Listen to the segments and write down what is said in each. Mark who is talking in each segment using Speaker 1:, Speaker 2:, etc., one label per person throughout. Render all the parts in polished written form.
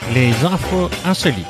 Speaker 1: Les infos insolites.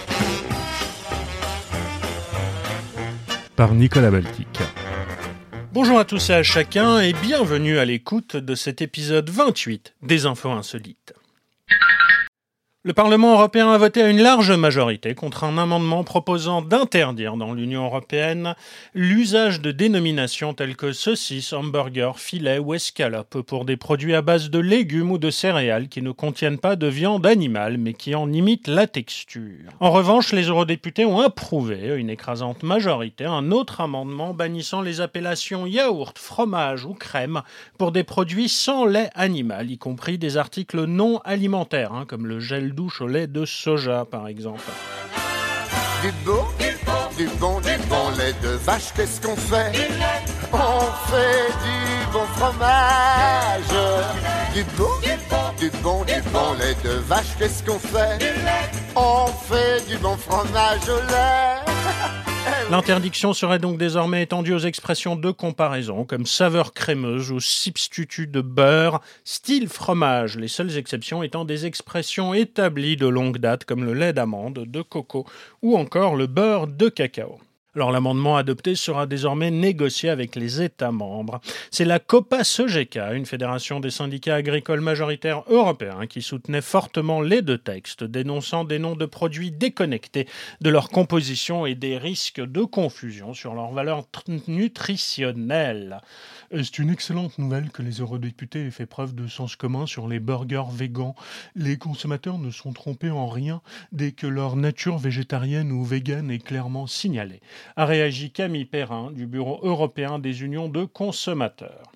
Speaker 1: Par Nicolas Baltic.
Speaker 2: Bonjour à tous et à chacun et bienvenue à l'écoute de cet épisode 28 des infos insolites. Le Parlement européen a voté à une large majorité contre un amendement proposant d'interdire dans l'Union européenne l'usage de dénominations telles que saucisse, hamburger, filet ou escalope pour des produits à base de légumes ou de céréales qui ne contiennent pas de viande animale mais qui en imitent la texture. En revanche, les eurodéputés ont approuvé, une écrasante majorité, un autre amendement bannissant les appellations yaourt, fromage ou crème pour des produits sans lait animal, y compris des articles non alimentaires, comme le gel douche au lait de soja, par exemple.
Speaker 3: Du bon lait de vache, qu'est-ce qu'on fait? On fait du bon fromage. Du bon lait de vache, qu'est-ce qu'on fait? On fait du bon fromage au lait.
Speaker 2: L'interdiction serait donc désormais étendue aux expressions de comparaison, comme saveur crémeuse ou substitut de beurre, style fromage, les seules exceptions étant des expressions établies de longue date, comme le lait d'amande, de coco ou encore le beurre de cacao. Alors l'amendement adopté sera désormais négocié avec les États membres. C'est la Copa-Sogeca, une fédération des syndicats agricoles majoritaires européens, qui soutenait fortement les deux textes, dénonçant des noms de produits déconnectés de leur composition et des risques de confusion sur leur valeur nutritionnelle. C'est une excellente nouvelle que les eurodéputés aient fait preuve de sens commun sur les burgers végans. Les consommateurs ne sont trompés en rien dès que leur nature végétarienne ou végane est clairement signalée, a réagi Camille Perrin du Bureau européen des unions de consommateurs.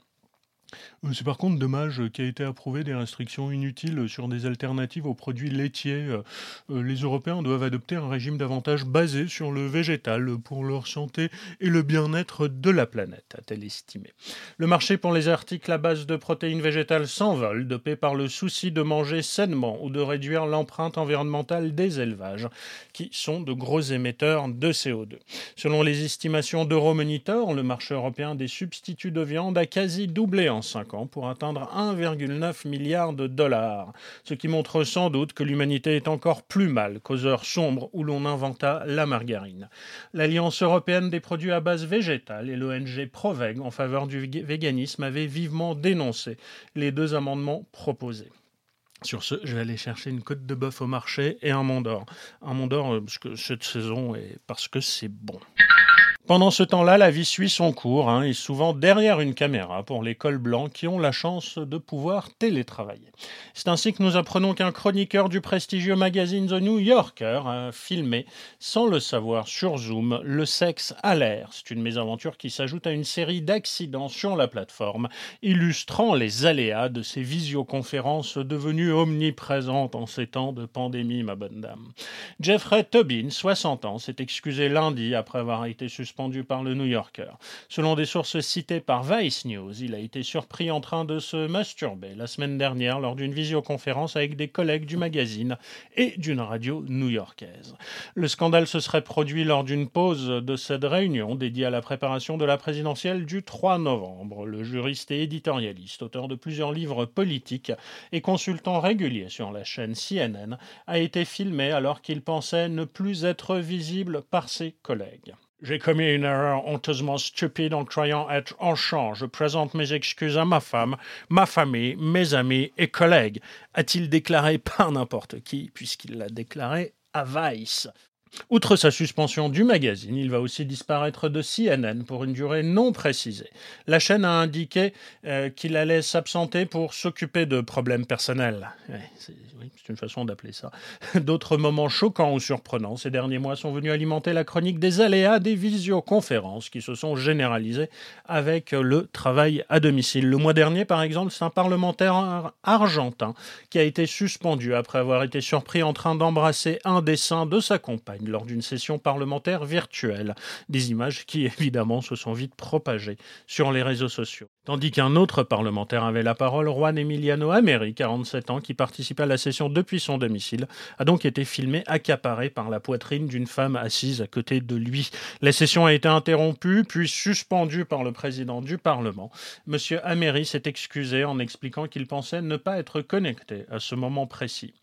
Speaker 2: C'est par contre dommage qu'il ait été approuvé des restrictions inutiles sur des alternatives aux produits laitiers. Les Européens doivent adopter un régime davantage basé sur le végétal pour leur santé et le bien-être de la planète, a-t-elle estimé. Le marché pour les articles à base de protéines végétales s'envole, dopé par le souci de manger sainement ou de réduire l'empreinte environnementale des élevages, qui sont de gros émetteurs de CO2. Selon les estimations d'Euromonitor, le marché européen des substituts de viande a quasi doublé en 5 ans pour atteindre 1,9 milliard de dollars, ce qui montre sans doute que l'humanité est encore plus mal qu'aux heures sombres où l'on inventa la margarine. L'Alliance européenne des produits à base végétale et l'ONG Proveg en faveur du véganisme avaient vivement dénoncé les deux amendements proposés. Sur ce, je vais aller chercher une côte de bœuf au marché et un Mont d'Or. Un Mont d'Or parce que cette saison et parce que c'est bon. Pendant ce temps-là, la vie suit son cours, et souvent derrière une caméra pour les cols blancs qui ont la chance de pouvoir télétravailler. C'est ainsi que nous apprenons qu'un chroniqueur du prestigieux magazine The New Yorker a filmé, sans le savoir sur Zoom, le sexe à l'air. C'est une mésaventure qui s'ajoute à une série d'accidents sur la plateforme, illustrant les aléas de ces visioconférences devenues omniprésentes en ces temps de pandémie, ma bonne dame. Jeffrey Tobin, 60 ans, s'est excusé lundi après avoir été suspendu par le New Yorker. Selon des sources citées par Vice News, il a été surpris en train de se masturber la semaine dernière lors d'une visioconférence avec des collègues du magazine et d'une radio new-yorkaise. Le scandale se serait produit lors d'une pause de cette réunion dédiée à la préparation de la présidentielle du 3 novembre. Le juriste et éditorialiste, auteur de plusieurs livres politiques et consultant régulier sur la chaîne CNN, a été filmé alors qu'il pensait ne plus être visible par ses collègues. J'ai commis une erreur honteusement stupide en croyant être enchant. Je présente mes excuses à ma femme, ma famille, mes amis et collègues, a-t-il déclaré par n'importe qui, puisqu'il l'a déclaré à Vice. Outre sa suspension du magazine, il va aussi disparaître de CNN pour une durée non précisée. La chaîne a indiqué qu'il allait s'absenter pour s'occuper de problèmes personnels. C'est une façon d'appeler ça. D'autres moments choquants ou surprenants ces derniers mois sont venus alimenter la chronique des aléas des visioconférences qui se sont généralisées avec le travail à domicile. Le mois dernier, par exemple, c'est un parlementaire argentin qui a été suspendu après avoir été surpris en train d'embrasser un des seins de sa compagne lors d'une session parlementaire virtuelle. Des images qui, évidemment, se sont vite propagées sur les réseaux sociaux. Tandis qu'un autre parlementaire avait la parole, Juan Emiliano Ameri, 47 ans, qui participait à la session depuis son domicile, a donc été filmé accaparé par la poitrine d'une femme assise à côté de lui. La session a été interrompue, puis suspendue par le président du Parlement. Monsieur Ameri s'est excusé en expliquant qu'il pensait ne pas être connecté à ce moment précis.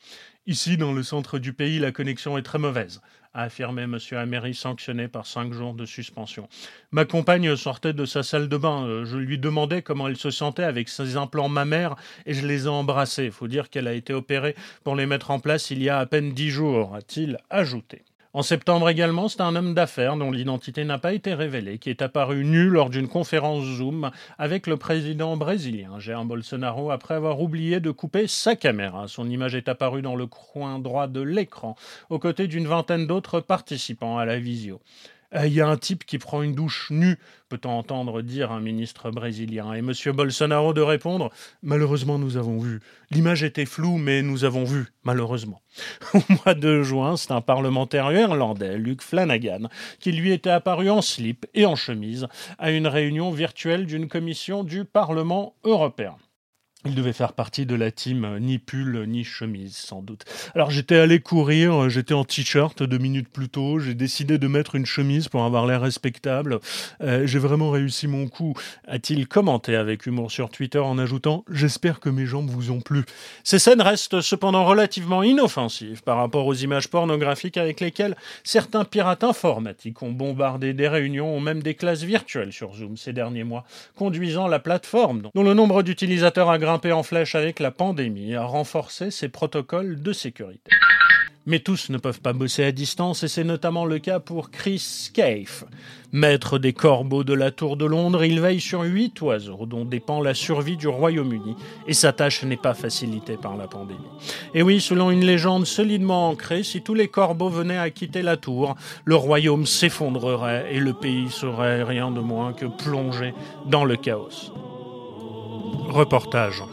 Speaker 2: Ici, dans le centre du pays, la connexion est très mauvaise, a affirmé M. Améry, sanctionné par 5 jours de suspension. Ma compagne sortait de sa salle de bain. Je lui demandais comment elle se sentait avec ses implants mammaires et je les ai embrassés. Il faut dire qu'elle a été opérée pour les mettre en place il y a à peine 10 jours, a-t-il ajouté. En septembre également, c'est un homme d'affaires dont l'identité n'a pas été révélée qui est apparu nu lors d'une conférence Zoom avec le président brésilien Jair Bolsonaro après avoir oublié de couper sa caméra. Son image est apparue dans le coin droit de l'écran, aux côtés d'une vingtaine d'autres participants à la visio. Il y a un type qui prend une douche nue, peut-on entendre dire un ministre brésilien. Et M. Bolsonaro de répondre « Malheureusement, nous avons vu. L'image était floue, mais nous avons vu, malheureusement. » Au mois de juin, c'est un parlementaire irlandais, Luke Flanagan, qui lui était apparu en slip et en chemise à une réunion virtuelle d'une commission du Parlement européen. Il devait faire partie de la team ni pull ni chemise, sans doute. Alors j'étais allé courir, j'étais en t-shirt 2 minutes plus tôt, j'ai décidé de mettre une chemise pour avoir l'air respectable. J'ai vraiment réussi mon coup, a-t-il commenté avec humour sur Twitter en ajoutant « J'espère que mes jambes vous ont plu ». Ces scènes restent cependant relativement inoffensives par rapport aux images pornographiques avec lesquelles certains pirates informatiques ont bombardé des réunions ou même des classes virtuelles sur Zoom ces derniers mois, conduisant la plateforme, dont le nombre d'utilisateurs a grimpé en flèche avec la pandémie, a renforcé ses protocoles de sécurité. Mais tous ne peuvent pas bosser à distance et c'est notamment le cas pour Chris Scaife. Maître des corbeaux de la Tour de Londres, il veille sur 8 oiseaux dont dépend la survie du Royaume-Uni et sa tâche n'est pas facilitée par la pandémie. Et oui, selon une légende solidement ancrée, si tous les corbeaux venaient à quitter la tour, le royaume s'effondrerait et le pays serait rien de moins que plongé dans le chaos. Reportage.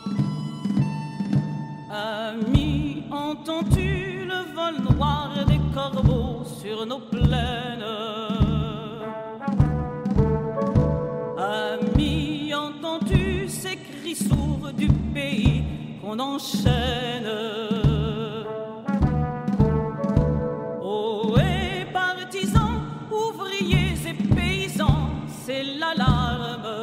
Speaker 4: Ami, entends-tu le vol noir des corbeaux sur nos plaines? Ami, entends-tu ces cris sourds du pays qu'on enchaîne? Ohé, partisans, ouvriers et paysans, c'est l'alarme.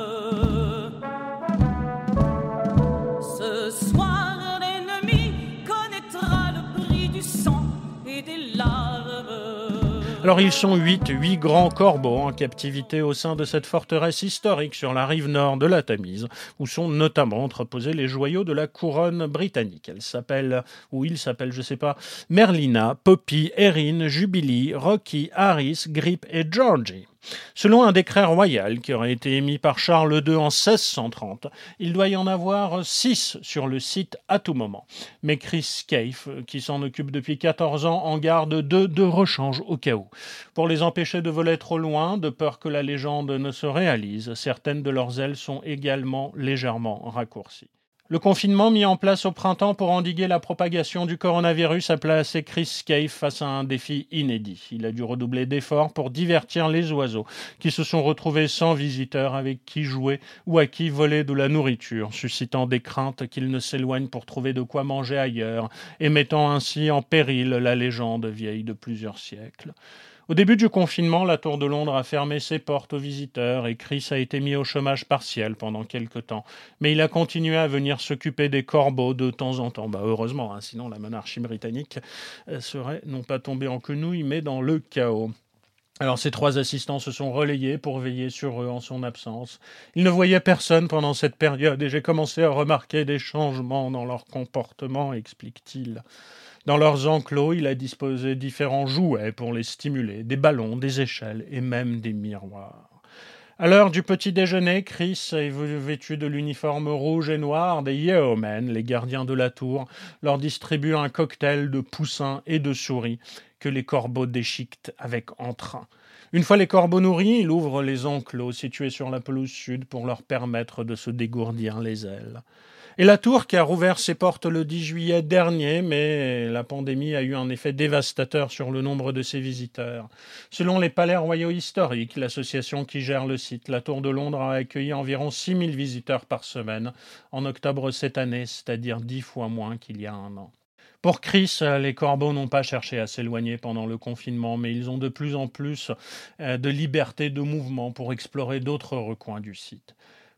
Speaker 4: Ce soir, l'ennemi connaîtra le prix du sang et des larmes.
Speaker 2: Alors ils sont 8 grands corbeaux en captivité au sein de cette forteresse historique sur la rive nord de la Tamise, où sont notamment entreposés les joyaux de la couronne britannique. Il s'appelle, je sais pas, Merlina, Poppy, Erin, Jubilee, Rocky, Harris, Grip et Georgie. Selon un décret royal qui aurait été émis par Charles II en 1630, il doit y en avoir 6 sur le site à tout moment. Mais Chris Scaife, qui s'en occupe depuis 14 ans, en garde 2 de rechange au cas où. Pour les empêcher de voler trop loin, de peur que la légende ne se réalise, certaines de leurs ailes sont également légèrement raccourcies. Le confinement mis en place au printemps pour endiguer la propagation du coronavirus a placé Chris Scaife face à un défi inédit. Il a dû redoubler d'efforts pour divertir les oiseaux qui se sont retrouvés sans visiteurs avec qui jouer ou à qui voler de la nourriture, suscitant des craintes qu'ils ne s'éloignent pour trouver de quoi manger ailleurs et mettant ainsi en péril la légende vieille de plusieurs siècles. Au début du confinement, la Tour de Londres a fermé ses portes aux visiteurs et Chris a été mis au chômage partiel pendant quelque temps. Mais il a continué à venir s'occuper des corbeaux de temps en temps. Heureusement, sinon la monarchie britannique serait non pas tombée en quenouille, mais dans le chaos. Alors ces 3 assistants se sont relayés pour veiller sur eux en son absence. Ils ne voyaient personne pendant cette période et j'ai commencé à remarquer des changements dans leur comportement, explique-t-il. Dans leurs enclos, il a disposé différents jouets pour les stimuler, des ballons, des échelles et même des miroirs. À l'heure du petit déjeuner, Chris, vêtu de l'uniforme rouge et noir des Yeomen, les gardiens de la tour, leur distribue un cocktail de poussins et de souris que les corbeaux déchiquetent avec entrain. Une fois les corbeaux nourris, il ouvre les enclos situés sur la pelouse sud pour leur permettre de se dégourdir les ailes. Et la tour qui a rouvert ses portes le 10 juillet dernier, mais la pandémie a eu un effet dévastateur sur le nombre de ses visiteurs. Selon les Palais Royaux Historiques, l'association qui gère le site, la Tour de Londres a accueilli environ 6 000 visiteurs par semaine en octobre cette année, c'est-à-dire 10 fois moins qu'il y a un an. Pour Chris, les corbeaux n'ont pas cherché à s'éloigner pendant le confinement, mais ils ont de plus en plus de liberté de mouvement pour explorer d'autres recoins du site.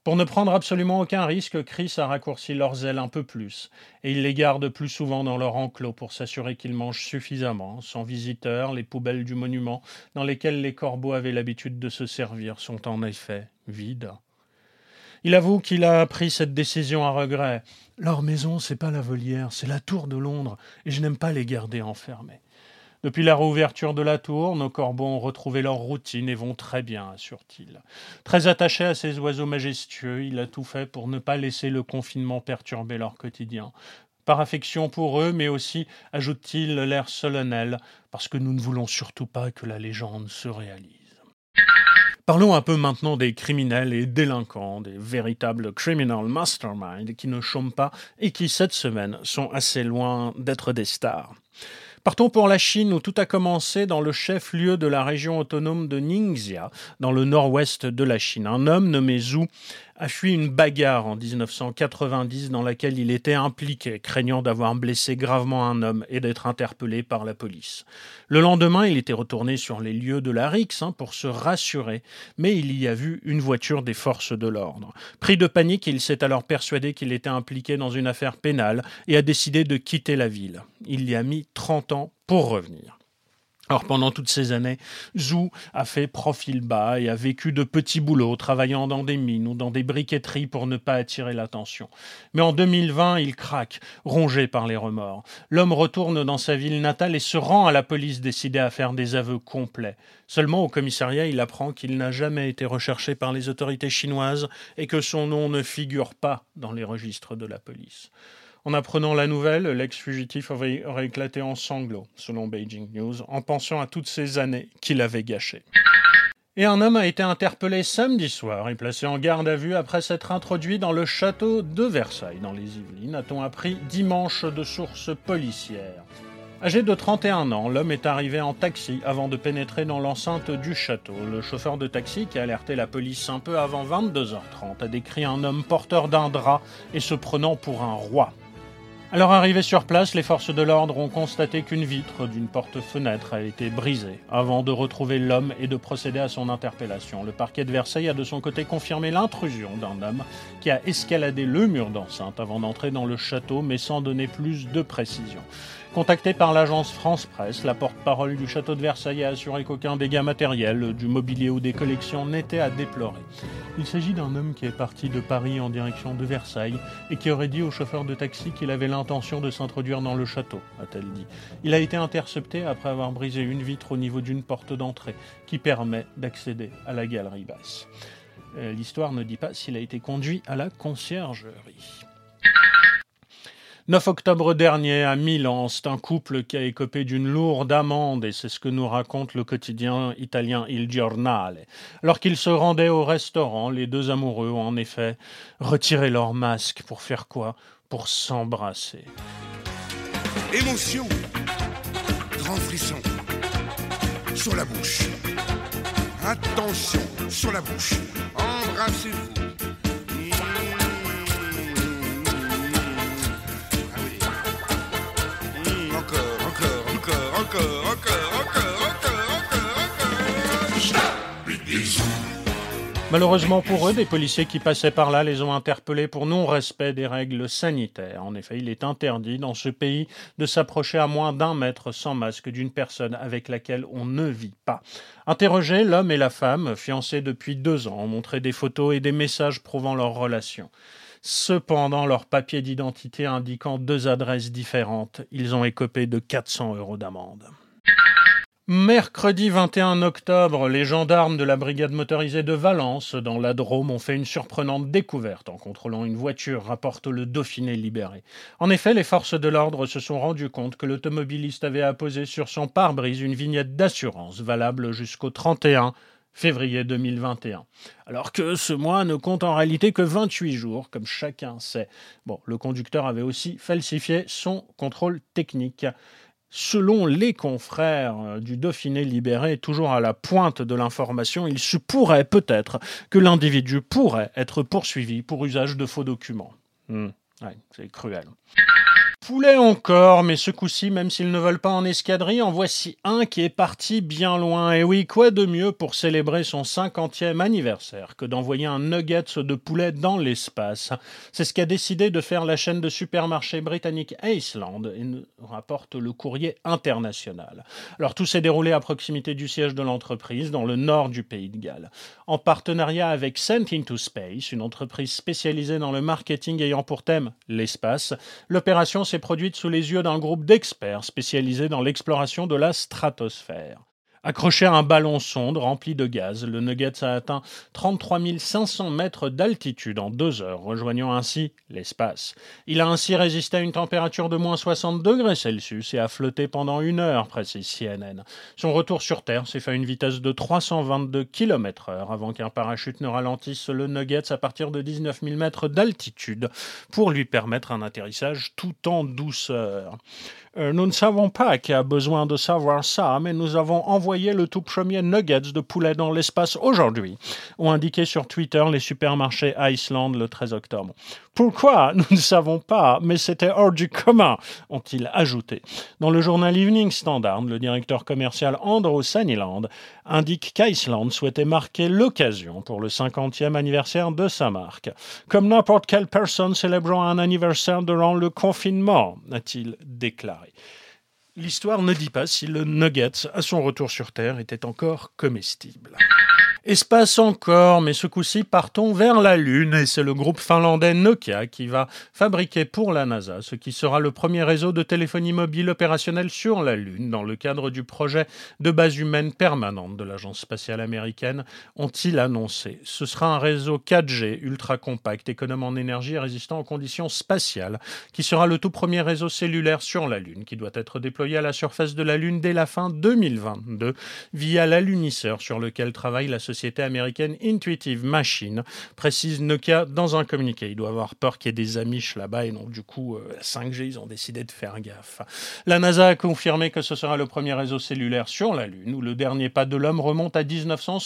Speaker 2: Pour ne prendre absolument aucun risque, Chris a raccourci leurs ailes un peu plus, et il les garde plus souvent dans leur enclos pour s'assurer qu'ils mangent suffisamment. Sans visiteurs, les poubelles du monument dans lesquelles les corbeaux avaient l'habitude de se servir sont en effet vides. Il avoue qu'il a pris cette décision à regret. « Leur maison, c'est pas la volière, c'est la tour de Londres, et je n'aime pas les garder enfermés. » Depuis la réouverture de la tour, nos corbeaux ont retrouvé leur routine et vont très bien, assure-t-il. Très attaché à ces oiseaux majestueux, il a tout fait pour ne pas laisser le confinement perturber leur quotidien. Par affection pour eux, mais aussi, ajoute-t-il l'air solennel, parce que nous ne voulons surtout pas que la légende se réalise. Parlons un peu maintenant des criminels et délinquants, des véritables criminal masterminds qui ne chôment pas et qui, cette semaine, sont assez loin d'être des stars. Partons pour la Chine où tout a commencé dans le chef-lieu de la région autonome de Ningxia, dans le nord-ouest de la Chine. Un homme nommé Zhu a fui une bagarre en 1990 dans laquelle il était impliqué, craignant d'avoir blessé gravement un homme et d'être interpellé par la police. Le lendemain, il était retourné sur les lieux de la rixe pour se rassurer, mais il y a vu une voiture des forces de l'ordre. Pris de panique, il s'est alors persuadé qu'il était impliqué dans une affaire pénale et a décidé de quitter la ville. Il y a mis 30 ans pour revenir. Alors pendant toutes ces années, Zhu a fait profil bas et a vécu de petits boulots, travaillant dans des mines ou dans des briqueteries pour ne pas attirer l'attention. Mais en 2020, il craque, rongé par les remords. L'homme retourne dans sa ville natale et se rend à la police décidé à faire des aveux complets. Seulement au commissariat, il apprend qu'il n'a jamais été recherché par les autorités chinoises et que son nom ne figure pas dans les registres de la police. En apprenant la nouvelle, l'ex-fugitif aurait éclaté en sanglots, selon Beijing News, en pensant à toutes ces années qu'il avait gâchées. Et un homme a été interpellé samedi soir et placé en garde à vue après s'être introduit dans le château de Versailles, dans les Yvelines, a-t-on appris dimanche de sources policières. Âgé de 31 ans, l'homme est arrivé en taxi avant de pénétrer dans l'enceinte du château. Le chauffeur de taxi, qui a alerté la police un peu avant 22h30, a décrit un homme porteur d'un drap et se prenant pour un roi. Alors arrivés sur place, les forces de l'ordre ont constaté qu'une vitre d'une porte-fenêtre a été brisée avant de retrouver l'homme et de procéder à son interpellation. Le parquet de Versailles a de son côté confirmé l'intrusion d'un homme qui a escaladé le mur d'enceinte avant d'entrer dans le château, mais sans donner plus de précision. Contacté par l'agence France Presse, la porte-parole du château de Versailles a assuré qu'aucun dégât matériel, du mobilier ou des collections n'était à déplorer. Il s'agit d'un homme qui est parti de Paris en direction de Versailles et qui aurait dit au chauffeur de taxi qu'il avait l'intention de s'introduire dans le château, a-t-elle dit. Il a été intercepté après avoir brisé une vitre au niveau d'une porte d'entrée qui permet d'accéder à la galerie basse. L'histoire ne dit pas s'il a été conduit à la conciergerie. 9 octobre dernier, à Milan, c'est un couple qui a écopé d'une lourde amende et c'est ce que nous raconte le quotidien italien Il Giornale. Alors qu'ils se rendaient au restaurant, les deux amoureux ont en effet retiré leur masque pour faire quoi ? Pour s'embrasser.
Speaker 5: Émotion, grand frisson, sur la bouche. Attention, sur la bouche. Embrassez-vous.
Speaker 2: Malheureusement pour eux, des policiers qui passaient par là les ont interpellés pour non-respect des règles sanitaires. En effet, il est interdit dans ce pays de s'approcher à moins d'1 mètre sans masque d'une personne avec laquelle on ne vit pas. Interrogés, l'homme et la femme, fiancés depuis 2 ans, ont montré des photos et des messages prouvant leur relation. Cependant, leur papier d'identité indiquant 2 adresses différentes, ils ont écopé de 400 € d'amende. Mercredi 21 octobre, les gendarmes de la brigade motorisée de Valence, dans la Drôme, ont fait une surprenante découverte en contrôlant une voiture, rapporte le Dauphiné libéré. En effet, les forces de l'ordre se sont rendues compte que l'automobiliste avait apposé sur son pare-brise une vignette d'assurance valable jusqu'au 31 février 2021. Alors que ce mois ne compte en réalité que 28 jours, comme chacun sait. Bon, le conducteur avait aussi falsifié son contrôle technique. Selon les confrères du Dauphiné libéré, toujours à la pointe de l'information, il se pourrait peut-être que l'individu pourrait être poursuivi pour usage de faux documents. Ouais, c'est cruel. Poulet encore, mais ce coup-ci, même s'ils ne volent pas en escadrille, en voici un qui est parti bien loin. Et oui, quoi de mieux pour célébrer son 50e anniversaire que d'envoyer un nuggets de poulet dans l'espace. C'est ce qu'a décidé de faire la chaîne de supermarchés britannique Iceland, et nous rapporte le Courrier international. Alors tout s'est déroulé à proximité du siège de l'entreprise, dans le nord du pays de Galles. En partenariat avec Sent into Space, une entreprise spécialisée dans le marketing ayant pour thème l'espace, l'opération s'est produite sous les yeux d'un groupe d'experts spécialisés dans l'exploration de la stratosphère. Accroché à un ballon sonde rempli de gaz, le Nuggets a atteint 33 500 mètres d'altitude en 2 heures, rejoignant ainsi l'espace. Il a ainsi résisté à une température de moins 60 degrés Celsius et a flotté pendant 1 heure, précise CNN. Son retour sur Terre s'est fait à une vitesse de 322 km/h avant qu'un parachute ne ralentisse le Nuggets à partir de 19 000 mètres d'altitude pour lui permettre un atterrissage tout en douceur. Nous ne savons pas qui a besoin de savoir ça, mais nous avons envoyé le tout premier nuggets de poulet dans l'espace aujourd'hui, ont indiqué sur Twitter les supermarchés Iceland le 13 octobre. Pourquoi? Nous ne savons pas, mais c'était hors du commun, ont-ils ajouté. Dans le journal Evening Standard, le directeur commercial Andrew Saniland indique qu'Iceland souhaitait marquer l'occasion pour le 50e anniversaire de sa marque. Comme n'importe quelle personne célébrant un anniversaire durant le confinement, a-t-il déclaré. L'histoire ne dit pas si le nuggets, à son retour sur Terre, était encore comestible. Espace encore, mais ce coup-ci, partons vers la Lune, et c'est le groupe finlandais Nokia qui va fabriquer pour la NASA ce qui sera le premier réseau de téléphonie mobile opérationnel sur la Lune, dans le cadre du projet de base humaine permanente de l'Agence spatiale américaine, ont-ils annoncé. Ce sera un réseau 4G ultra compact, économe en énergie et résistant aux conditions spatiales, qui sera le tout premier réseau cellulaire sur la Lune, qui doit être déployé à la surface de la Lune dès la fin 2022, via l'alunisseur sur lequel travaille la société américaine Intuitive Machines, précise Nokia dans un communiqué. Il doit avoir peur qu'il y ait des amiches là-bas et donc du coup, la 5G, ils ont décidé de faire gaffe. La NASA a confirmé que ce sera le premier réseau cellulaire sur la Lune, où le dernier pas de l'homme remonte à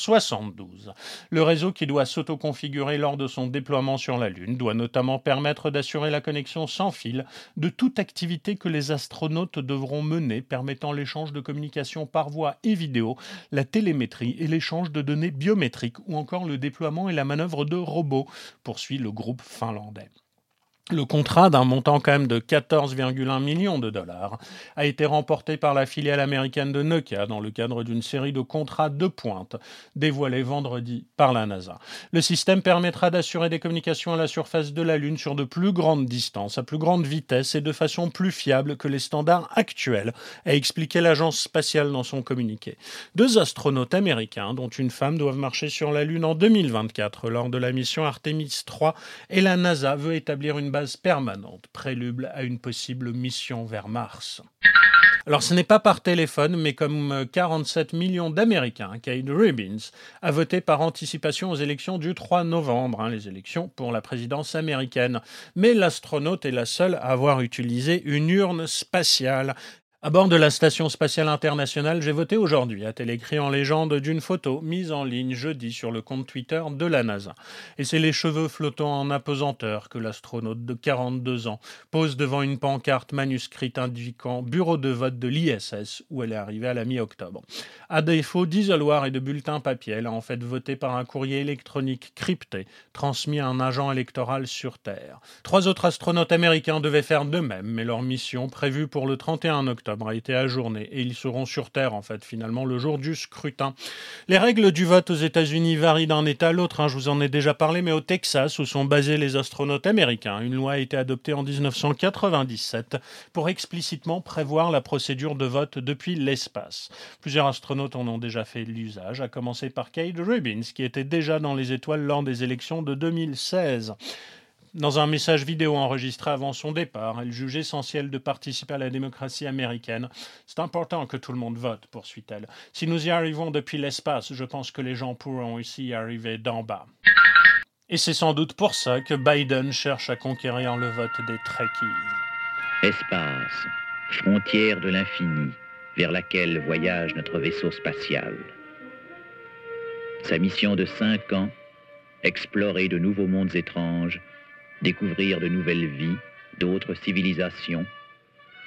Speaker 2: 1972. Le réseau, qui doit s'autoconfigurer lors de son déploiement sur la Lune, doit notamment permettre d'assurer la connexion sans fil de toute activité que les astronautes devront mener, permettant l'échange de communications par voix et vidéo, la télémétrie et l'échange de données biométriques ou encore le déploiement et la manœuvre de robots, poursuit le groupe finlandais. Le contrat, d'un montant quand même de 14,1 millions de dollars, a été remporté par la filiale américaine de Nokia dans le cadre d'une série de contrats de pointe dévoilés vendredi par la NASA. Le système permettra d'assurer des communications à la surface de la Lune sur de plus grandes distances, à plus grande vitesse et de façon plus fiable que les standards actuels, a expliqué l'agence spatiale dans son communiqué. 2 astronautes américains, dont une femme, doivent marcher sur la Lune en 2024 lors de la mission Artemis 3 et la NASA veut établir une base permanente, prélude à une possible mission vers Mars. Alors ce n'est pas par téléphone, mais comme 47 millions d'Américains, Cade Rubins a voté par anticipation aux élections du 3 novembre, les élections pour la présidence américaine. Mais l'astronaute est la seule à avoir utilisé une urne spatiale. À bord de la Station spatiale internationale, j'ai voté aujourd'hui, a-t-elle écrit en légende d'une photo mise en ligne jeudi sur le compte Twitter de la NASA. Et c'est les cheveux flottants en apesanteur que l'astronaute de 42 ans pose devant une pancarte manuscrite indiquant bureau de vote de l'ISS où elle est arrivée à la mi-octobre. À défaut d'isoloir et de bulletins papier, elle a en fait voté par un courrier électronique crypté transmis à un agent électoral sur Terre. 3 autres astronautes américains devaient faire de même, mais leur mission, prévue pour le 31 octobre, a été ajournée et ils seront sur Terre finalement le jour du scrutin. Les règles du vote aux États-Unis varient d'un État à l'autre, je vous en ai déjà parlé, mais au Texas où sont basés les astronautes américains, une loi a été adoptée en 1997 pour explicitement prévoir la procédure de vote depuis l'espace. Plusieurs astronautes en ont déjà fait l'usage, à commencer par Cade Rubins qui était déjà dans les étoiles lors des élections de 2016. Dans un message vidéo enregistré avant son départ, elle juge essentiel de participer à la démocratie américaine. C'est important que tout le monde vote, poursuit-elle. Si nous y arrivons depuis l'espace, je pense que les gens pourront aussi y arriver d'en bas. Et c'est sans doute pour ça que Biden cherche à conquérir le vote des Trekkies.
Speaker 6: Espace, frontière de l'infini, vers laquelle voyage notre vaisseau spatial. Sa mission de 5 ans, explorer de nouveaux mondes étranges, découvrir de nouvelles vies, d'autres civilisations,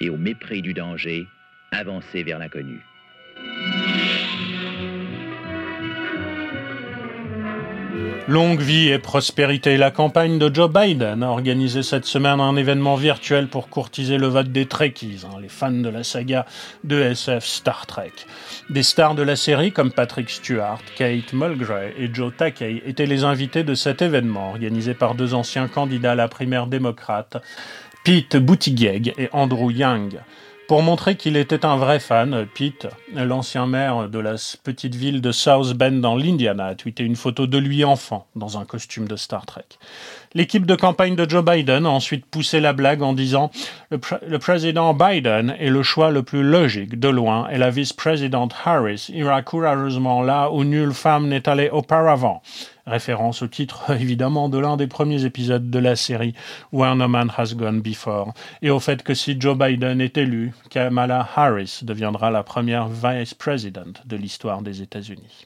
Speaker 6: et au mépris du danger, avancer vers l'inconnu.
Speaker 2: Longue vie et prospérité. La campagne de Joe Biden a organisé cette semaine un événement virtuel pour courtiser le vote des Trekkies, les fans de la saga de SF Star Trek. Des stars de la série comme Patrick Stewart, Kate Mulgrew et Joe Takei étaient les invités de cet événement organisé par deux anciens candidats à la primaire démocrate, Pete Buttigieg et Andrew Yang. Pour montrer qu'il était un vrai fan, Pete, l'ancien maire de la petite ville de South Bend dans l'Indiana, a tweeté une photo de lui enfant dans un costume de Star Trek. L'équipe de campagne de Joe Biden a ensuite poussé la blague en disant « Le président Biden est le choix le plus logique de loin et la vice-présidente Harris ira courageusement là où nulle femme n'est allée auparavant ». Référence au titre, évidemment, de l'un des premiers épisodes de la série Where No Man Has Gone Before, et au fait que si Joe Biden est élu, Kamala Harris deviendra la première vice-présidente de l'histoire des États-Unis.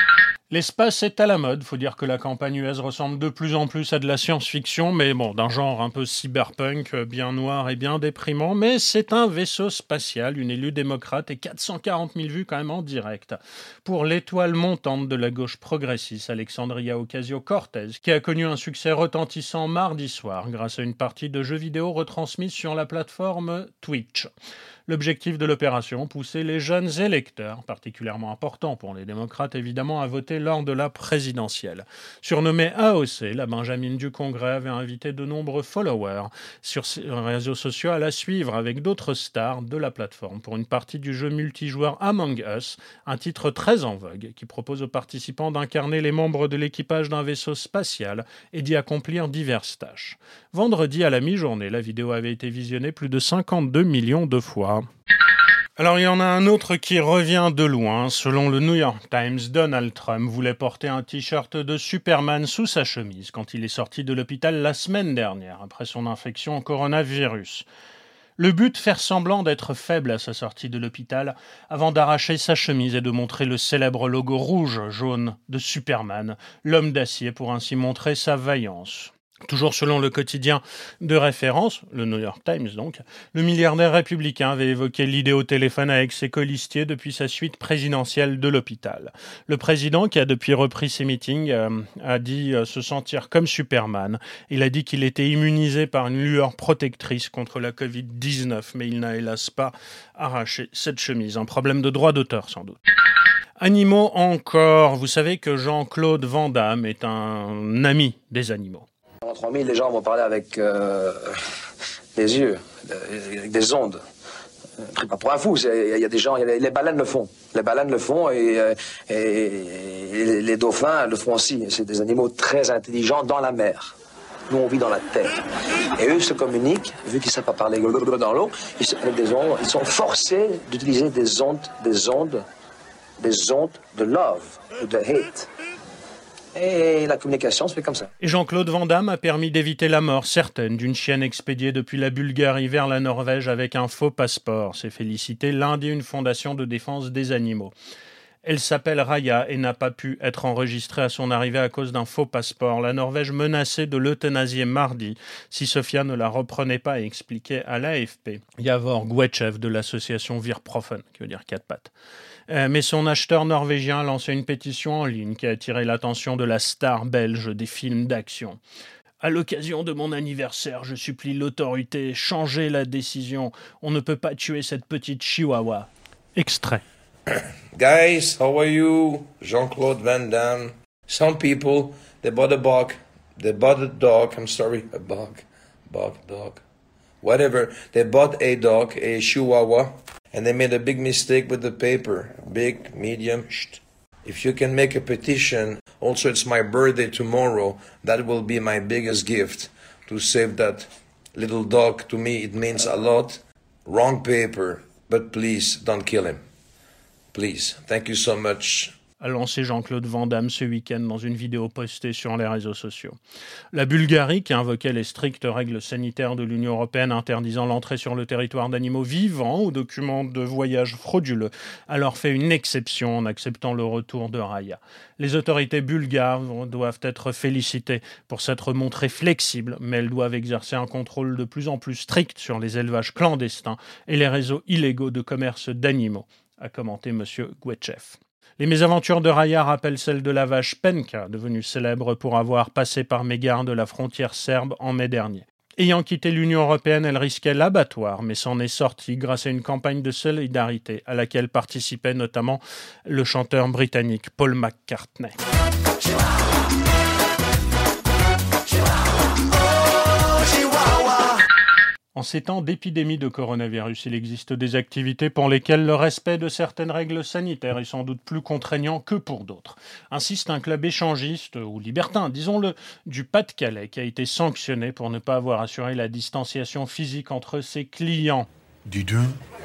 Speaker 2: L'espace est à la mode, faut dire que la campagne US ressemble de plus en plus à de la science-fiction, mais bon, d'un genre un peu cyberpunk, bien noir et bien déprimant, mais c'est un vaisseau spatial, une élue démocrate et 440 000 vues quand même en direct. Pour l'étoile montante de la gauche progressiste, Alexandria Ocasio-Cortez, qui a connu un succès retentissant mardi soir grâce à une partie de jeux vidéo retransmise sur la plateforme Twitch. L'objectif de l'opération, pousser les jeunes électeurs, particulièrement important pour les démocrates évidemment, à voter lors de la présidentielle. Surnommée AOC, la Benjamine du Congrès avait invité de nombreux followers sur ses réseaux sociaux à la suivre avec d'autres stars de la plateforme pour une partie du jeu multijoueur Among Us, un titre très en vogue qui propose aux participants d'incarner les membres de l'équipage d'un vaisseau spatial et d'y accomplir diverses tâches. Vendredi à la mi-journée, la vidéo avait été visionnée plus de 52 millions de fois. Alors il y en a un autre qui revient de loin. Selon le New York Times, Donald Trump voulait porter un t-shirt de Superman sous sa chemise quand il est sorti de l'hôpital la semaine dernière après son infection au coronavirus. Le but, faire semblant d'être faible à sa sortie de l'hôpital avant d'arracher sa chemise et de montrer le célèbre logo rouge-jaune de Superman, l'homme d'acier, pour ainsi montrer sa vaillance. Toujours selon le quotidien de référence, le New York Times donc, le milliardaire républicain avait évoqué l'idée au téléphone avec ses colistiers depuis sa suite présidentielle de l'hôpital. Le président, qui a depuis repris ses meetings, a dit se sentir comme Superman. Il a dit qu'il était immunisé par une lueur protectrice contre la Covid-19, mais il n'a hélas pas arraché cette chemise. Un problème de droit d'auteur sans doute. Animaux encore. Vous savez que Jean-Claude Van Damme est un ami des animaux.
Speaker 7: En 3000, les gens vont parler avec les yeux, avec des ondes. Pris pas pour un fou, il y a des gens, les baleines le font. Les baleines le font et les dauphins le font aussi. C'est des animaux très intelligents dans la mer. Nous, on vit dans la terre. Et eux se communiquent, vu qu'ils ne savent pas parler dans l'eau, ils sont forcés d'utiliser des ondes de love ou de hate. Et la communication se fait comme ça.
Speaker 2: Et Jean-Claude Van Damme a permis d'éviter la mort certaine d'une chienne expédiée depuis la Bulgarie vers la Norvège avec un faux passeport. C'est félicité lundi une fondation de défense des animaux. Elle s'appelle Raya et n'a pas pu être enregistrée à son arrivée à cause d'un faux passeport. La Norvège menaçait de l'euthanasier mardi si Sofia ne la reprenait pas, et expliquait à l'AFP Javor Guetchev de l'association Virprofen, qui veut dire quatre pattes. Mais son acheteur norvégien a lancé une pétition en ligne qui a attiré l'attention de la star belge des films d'action. À l'occasion de mon anniversaire, je supplie l'autorité, changez la décision. On ne peut pas tuer cette petite chihuahua. Extrait.
Speaker 8: Guys, how are you? Jean-Claude Van Damme. Some people, they bought a dog. They bought a dog. I'm sorry, a dog. Whatever. They bought a dog, a chihuahua, and they made a big mistake with the paper. Big, medium, If you can make a petition, also it's my birthday tomorrow, that will be my biggest gift to save that little dog. To me, it means a lot. Wrong paper, but please don't kill him. Please. Thank you so much.
Speaker 2: a lancé Jean-Claude Van Damme ce week-end dans une vidéo postée sur les réseaux sociaux. La Bulgarie, qui invoquait les strictes règles sanitaires de l'Union européenne interdisant l'entrée sur le territoire d'animaux vivants ou documents de voyage frauduleux, a alors fait une exception en acceptant le retour de Raya. Les autorités bulgares doivent être félicitées pour s'être montrées flexibles, mais elles doivent exercer un contrôle de plus en plus strict sur les élevages clandestins et les réseaux illégaux de commerce d'animaux, a commenté M. Guetchev. Les mésaventures de Raya rappellent celles de la vache Penka, devenue célèbre pour avoir passé par mégarde la frontière serbe en mai dernier. Ayant quitté l'Union européenne, elle risquait l'abattoir, mais s'en est sortie grâce à une campagne de solidarité à laquelle participait notamment le chanteur britannique Paul McCartney. En ces temps d'épidémie de coronavirus, il existe des activités pour lesquelles le respect de certaines règles sanitaires est sans doute plus contraignant que pour d'autres. Ainsi, c'est un club échangiste, ou libertin, disons-le, du Pas-de-Calais qui a été sanctionné pour ne pas avoir assuré la distanciation physique entre ses clients.
Speaker 5: Dis donc,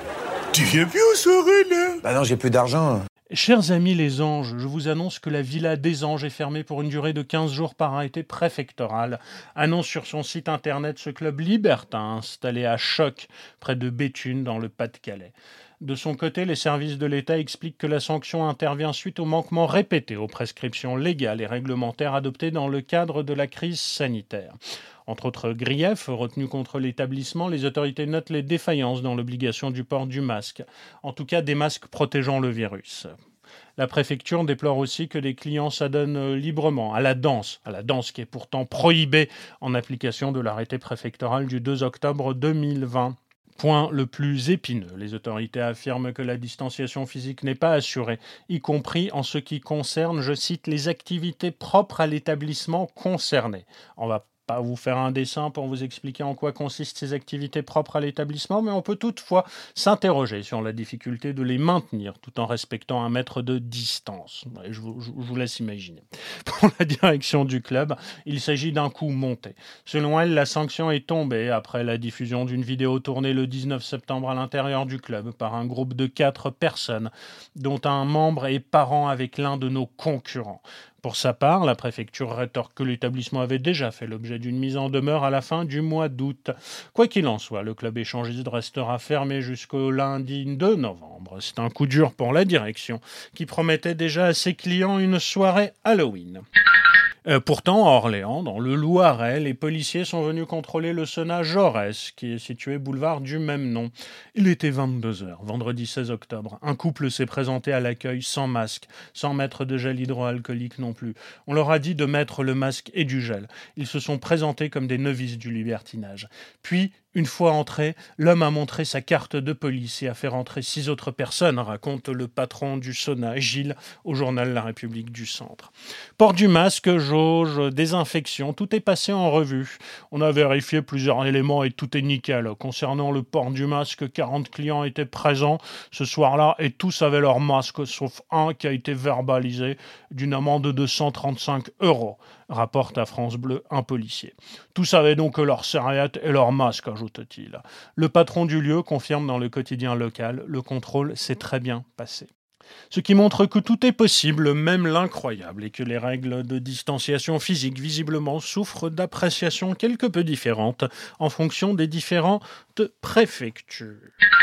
Speaker 5: tu viens plus aux soirées, là?
Speaker 9: Bah non, j'ai plus d'argent.
Speaker 2: Chers amis les anges, je vous annonce que la Villa des Anges est fermée pour une durée de 15 jours par arrêté préfectoral. Annonce sur son site internet ce club libertin installé à Choc, près de Béthune, dans le Pas-de-Calais. De son côté, les services de l'État expliquent que la sanction intervient suite aux manquements répétés aux prescriptions légales et réglementaires adoptées dans le cadre de la crise sanitaire. Entre autres griefs retenus contre l'établissement, les autorités notent les défaillances dans l'obligation du port du masque, en tout cas des masques protégeant le virus. La préfecture déplore aussi que les clients s'adonnent librement à la danse qui est pourtant prohibée en application de l'arrêté préfectoral du 2 octobre 2020. Point le plus épineux, les autorités affirment que la distanciation physique n'est pas assurée, y compris en ce qui concerne, je cite, les activités propres à l'établissement concerné. On va pas vous faire un dessin pour vous expliquer en quoi consistent ces activités propres à l'établissement, mais on peut toutefois s'interroger sur la difficulté de les maintenir tout en respectant 1 mètre de distance. Je vous laisse imaginer. Pour la direction du club, il s'agit d'un coup monté. Selon elle, la sanction est tombée après la diffusion d'une vidéo tournée le 19 septembre à l'intérieur du club par un groupe de 4 personnes, dont un membre est parent avec l'un de nos concurrents. Pour sa part, la préfecture rétorque que l'établissement avait déjà fait l'objet d'une mise en demeure à la fin du mois d'août. Quoi qu'il en soit, le club échangiste restera fermé jusqu'au lundi 2 novembre. C'est un coup dur pour la direction, qui promettait déjà à ses clients une soirée Halloween. Pourtant, à Orléans, dans le Loiret, les policiers sont venus contrôler le sauna Jaurès, qui est situé boulevard du même nom. Il était 22h, vendredi 16 octobre. Un couple s'est présenté à l'accueil sans masque, sans mettre de gel hydroalcoolique non plus. On leur a dit de mettre le masque et du gel. Ils se sont présentés comme des novices du libertinage. Puis, une fois entré, l'homme a montré sa carte de police et a fait rentrer 6 autres personnes, raconte le patron du sauna, Gilles, au journal La République du Centre. Port du masque, jauge, désinfection, tout est passé en revue. On a vérifié plusieurs éléments et tout est nickel. Concernant le port du masque, 40 clients étaient présents ce soir-là et tous avaient leur masque, sauf un qui a été verbalisé d'une amende de 135 €, rapporte à France Bleu un policier. Tous avaient donc leur serviette et leur masque, ajoute-t-il. Le patron du lieu confirme dans le quotidien local, le contrôle s'est très bien passé. Ce qui montre que tout est possible, même l'incroyable, et que les règles de distanciation physique visiblement souffrent d'appréciations quelque peu différentes en fonction des différentes préfectures.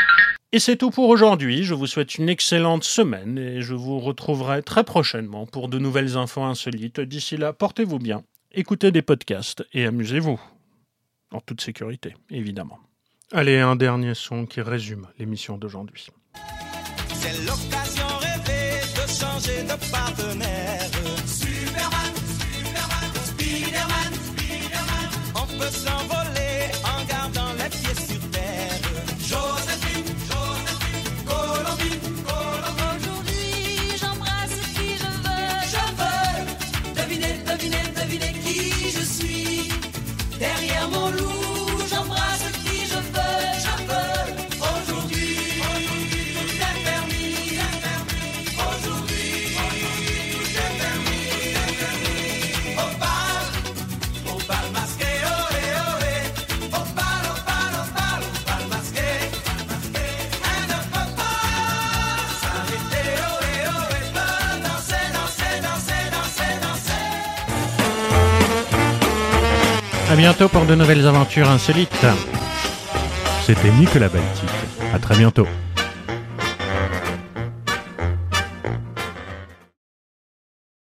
Speaker 2: Et c'est tout pour aujourd'hui. Je vous souhaite une excellente semaine et je vous retrouverai très prochainement pour de nouvelles infos insolites. D'ici là, portez-vous bien, écoutez des podcasts et amusez-vous. En toute sécurité, évidemment. Allez, un dernier son qui résume l'émission d'aujourd'hui.
Speaker 10: C'est l'occasion rêvée de changer de partenaire. Superman, Superman, Spiderman, Spiderman. On peut s'envoler en gardant les pieds sur terre. Joséphine, Joséphine, Colombine, Colombine. Aujourd'hui, j'embrasse qui je veux. Je veux deviner, deviner, deviner qui je suis. Derrière mon loup, j'embrasse qui je veux. Je veux aujourd'hui. Danser
Speaker 2: À bientôt pour de nouvelles aventures insolites.
Speaker 1: C'était Nicolas Baltic. À très bientôt.